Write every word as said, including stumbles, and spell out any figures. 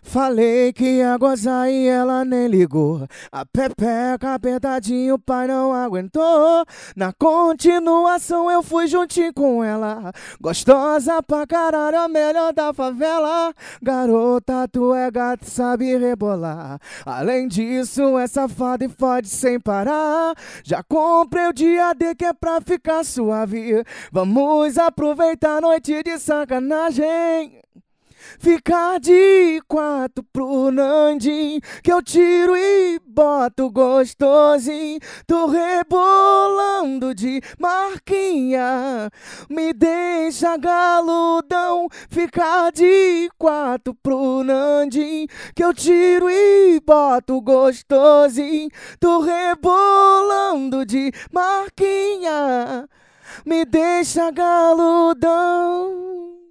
Falei que ia gozar e ela nem ligou. A pepeca apertadinho, o pai não aguentou. Na continuação eu fui juntinho com ela. Gostosa pra caralho, a melhor da favela. Garota, tu é gato, sabe rebolar. Além disso, é safada e fode sem parar. Já comprei o dia D que é pra ficar suave. Vamos aproveitar a noite de sacanagem. Ficar de quatro pro Nandim, que eu tiro e boto gostosinho. Tô rebolando de marquinha, me deixa galudão. Ficar de quatro pro Nandim, que eu tiro e boto gostosinho. Tô rebolando de marquinha, me deixa galudão.